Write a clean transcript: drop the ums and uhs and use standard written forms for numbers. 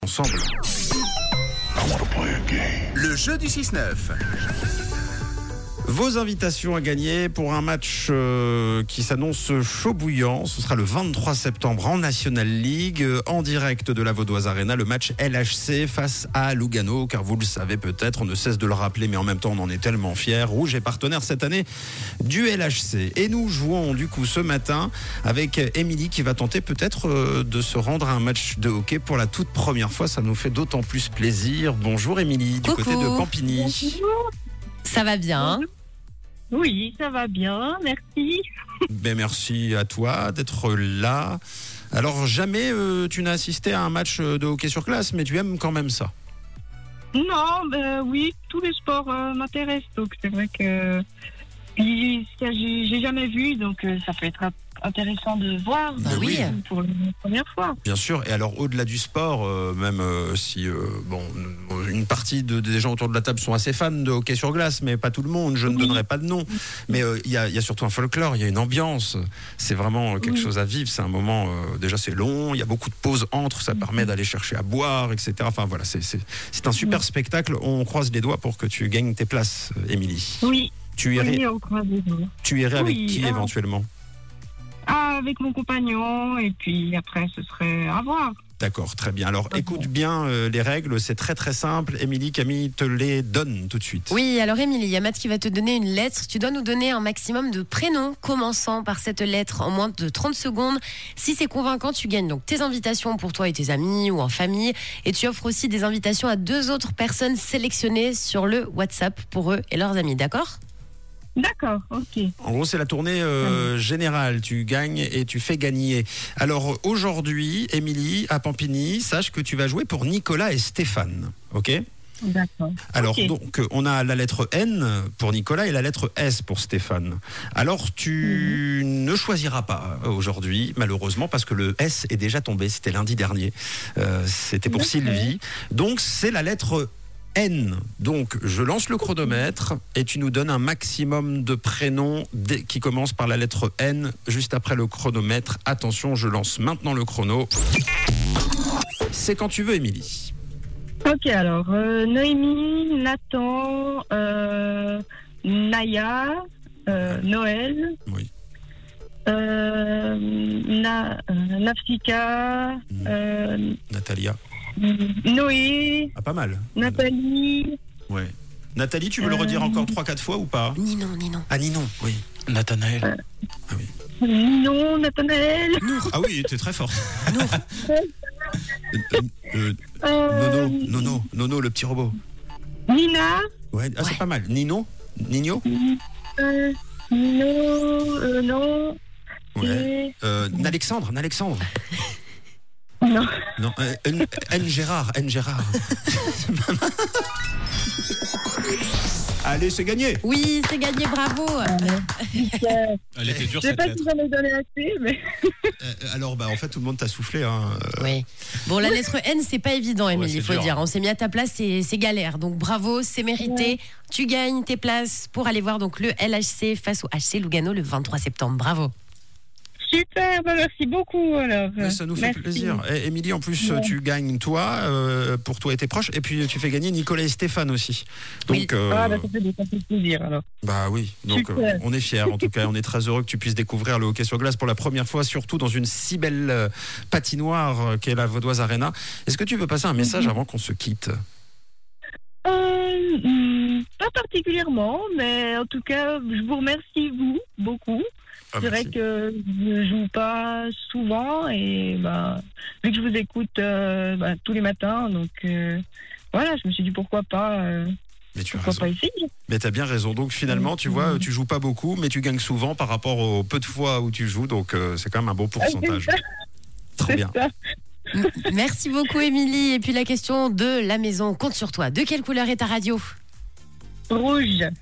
Ensemble. Le jeu du 6-9. Vos invitations à gagner pour un match qui s'annonce chaud bouillant. Ce sera le 23 septembre en National League, en direct de la Vaudoise Arena, le match LHC face à Lugano, car vous le savez peut-être, on ne cesse de le rappeler, mais en même temps on en est tellement fiers. Rouge est partenaire cette année du LHC. Et nous jouons du coup ce matin avec Émilie qui va tenter peut-être de se rendre à un match de hockey pour la toute première fois. Ça nous fait d'autant plus plaisir. Bonjour Émilie, du Coucou. côté de Pampigny. Bonjour. Ça va bien, hein? Oui, ça va bien, merci. Ben merci à toi d'être là. Alors jamais tu n'as assisté à un match de hockey sur glace, mais tu aimes quand même ça. Non, oui, tous les sports m'intéressent, donc c'est vrai que j'ai jamais vu, donc ça peut être intéressant de voir. Bah oui. Pour la première fois. Bien sûr. Et alors au-delà du sport, même si une partie des gens autour de la table sont assez fans de hockey sur glace, mais pas tout le monde. Je ne donnerai pas de nom. Mais il y a surtout un folklore, il y a une ambiance. C'est vraiment quelque chose à vivre. C'est un moment. Déjà c'est long. Il y a beaucoup de pauses entre. Ça permet d'aller chercher à boire, etc. Enfin voilà, c'est un super spectacle. On croise les doigts pour que tu gagnes tes places, Émilie. Oui. Tu irais, Oui, on croise les doigts. tu irais avec Oui, qui éventuellement? Avec mon compagnon, et puis après, ce serait à voir. D'accord, très bien. Alors écoute bien les règles, c'est très très simple. Émilie, Camille te les donne tout de suite. Oui, alors Émilie, il y a Matt qui va te donner une lettre. Tu dois nous donner un maximum de prénoms commençant par cette lettre en moins de 30 secondes. Si c'est convaincant, tu gagnes donc tes invitations pour toi et tes amis ou en famille. Et tu offres aussi des invitations à 2 autres personnes sélectionnées sur le WhatsApp pour eux et leurs amis, d'accord ? D'accord, ok. En gros, c'est la tournée générale. Tu gagnes et tu fais gagner. Alors aujourd'hui, Émilie, à Pampigny, sache que tu vas jouer pour Nicolas et Stéphane. Ok ? D'accord. Alors, Ok. donc, on a la lettre N pour Nicolas et la lettre S pour Stéphane. Alors, tu ne choisiras pas aujourd'hui, malheureusement, parce que le S est déjà tombé. C'était lundi dernier. C'était pour D'accord. Sylvie. Donc, c'est la lettre N. Donc, je lance le chronomètre et tu nous donnes un maximum de prénoms qui commencent par la lettre N juste après le chronomètre. Attention, je lance maintenant le chrono. C'est quand tu veux, Émilie. Ok, alors, Noémie, Nathan, Naya, Noël, Oui. Nafsika, Natalia. Noé, Ah, pas mal. Nathalie, Ouais. Nathalie, tu veux le redire encore 3-4 fois ou pas? Ninon. Ah, Ninon, oui. Nathanaël. Ninon, Nathanaël, Ah oui, t'es très forte. Nono, le petit robot. Nina, Ouais, ah, c'est pas mal. Nino? Nino? Nino, non, Ouais. Alexandre. non. Non, N. Gérard. Allez, c'est gagné. Oui, c'est gagné, bravo. Elle était dure Je sais cette pas lettre. si j'en ai donné assez, mais Alors, en fait, tout le monde t'a soufflé. Hein. Oui. Bon, la lettre N, c'est pas évident, Émilie, il c'est faut dur. dire. On s'est mis à ta place, c'est galère. Donc bravo, c'est mérité. Tu gagnes tes places pour aller voir donc le LHC face au HC Lugano le 23 septembre. Bravo. super, merci beaucoup alors. Mais ça nous fait Merci. plaisir. Et Émilie, en plus, tu gagnes toi, pour toi et tes proches. Et puis, tu fais gagner Nicolas et Stéphane aussi. Oui. Donc, Ah, ça fait plaisir alors. bah oui, donc Super. on est fiers en tout cas, on est très heureux que tu puisses découvrir le hockey sur glace pour la première fois, surtout dans une si belle patinoire qu'est la Vaudoise Arena. Est-ce que tu veux passer un message avant qu'on se quitte? Pas particulièrement, mais en tout cas, je vous remercie vous beaucoup. Ah, C'est vrai merci. que je ne joue pas souvent et vu que je vous écoute tous les matins, donc voilà, je me suis dit pourquoi pas Mais tu as pourquoi raison. pas essayer. Mais tu as bien raison. Donc finalement, tu vois, tu joues pas beaucoup, mais tu gagnes souvent par rapport aux peu de fois où tu joues. Donc c'est quand même un bon pourcentage. Trop bien. Ça. Merci beaucoup, Émilie. Et puis la question de la maison compte sur toi. De quelle couleur est ta radio? Rouge.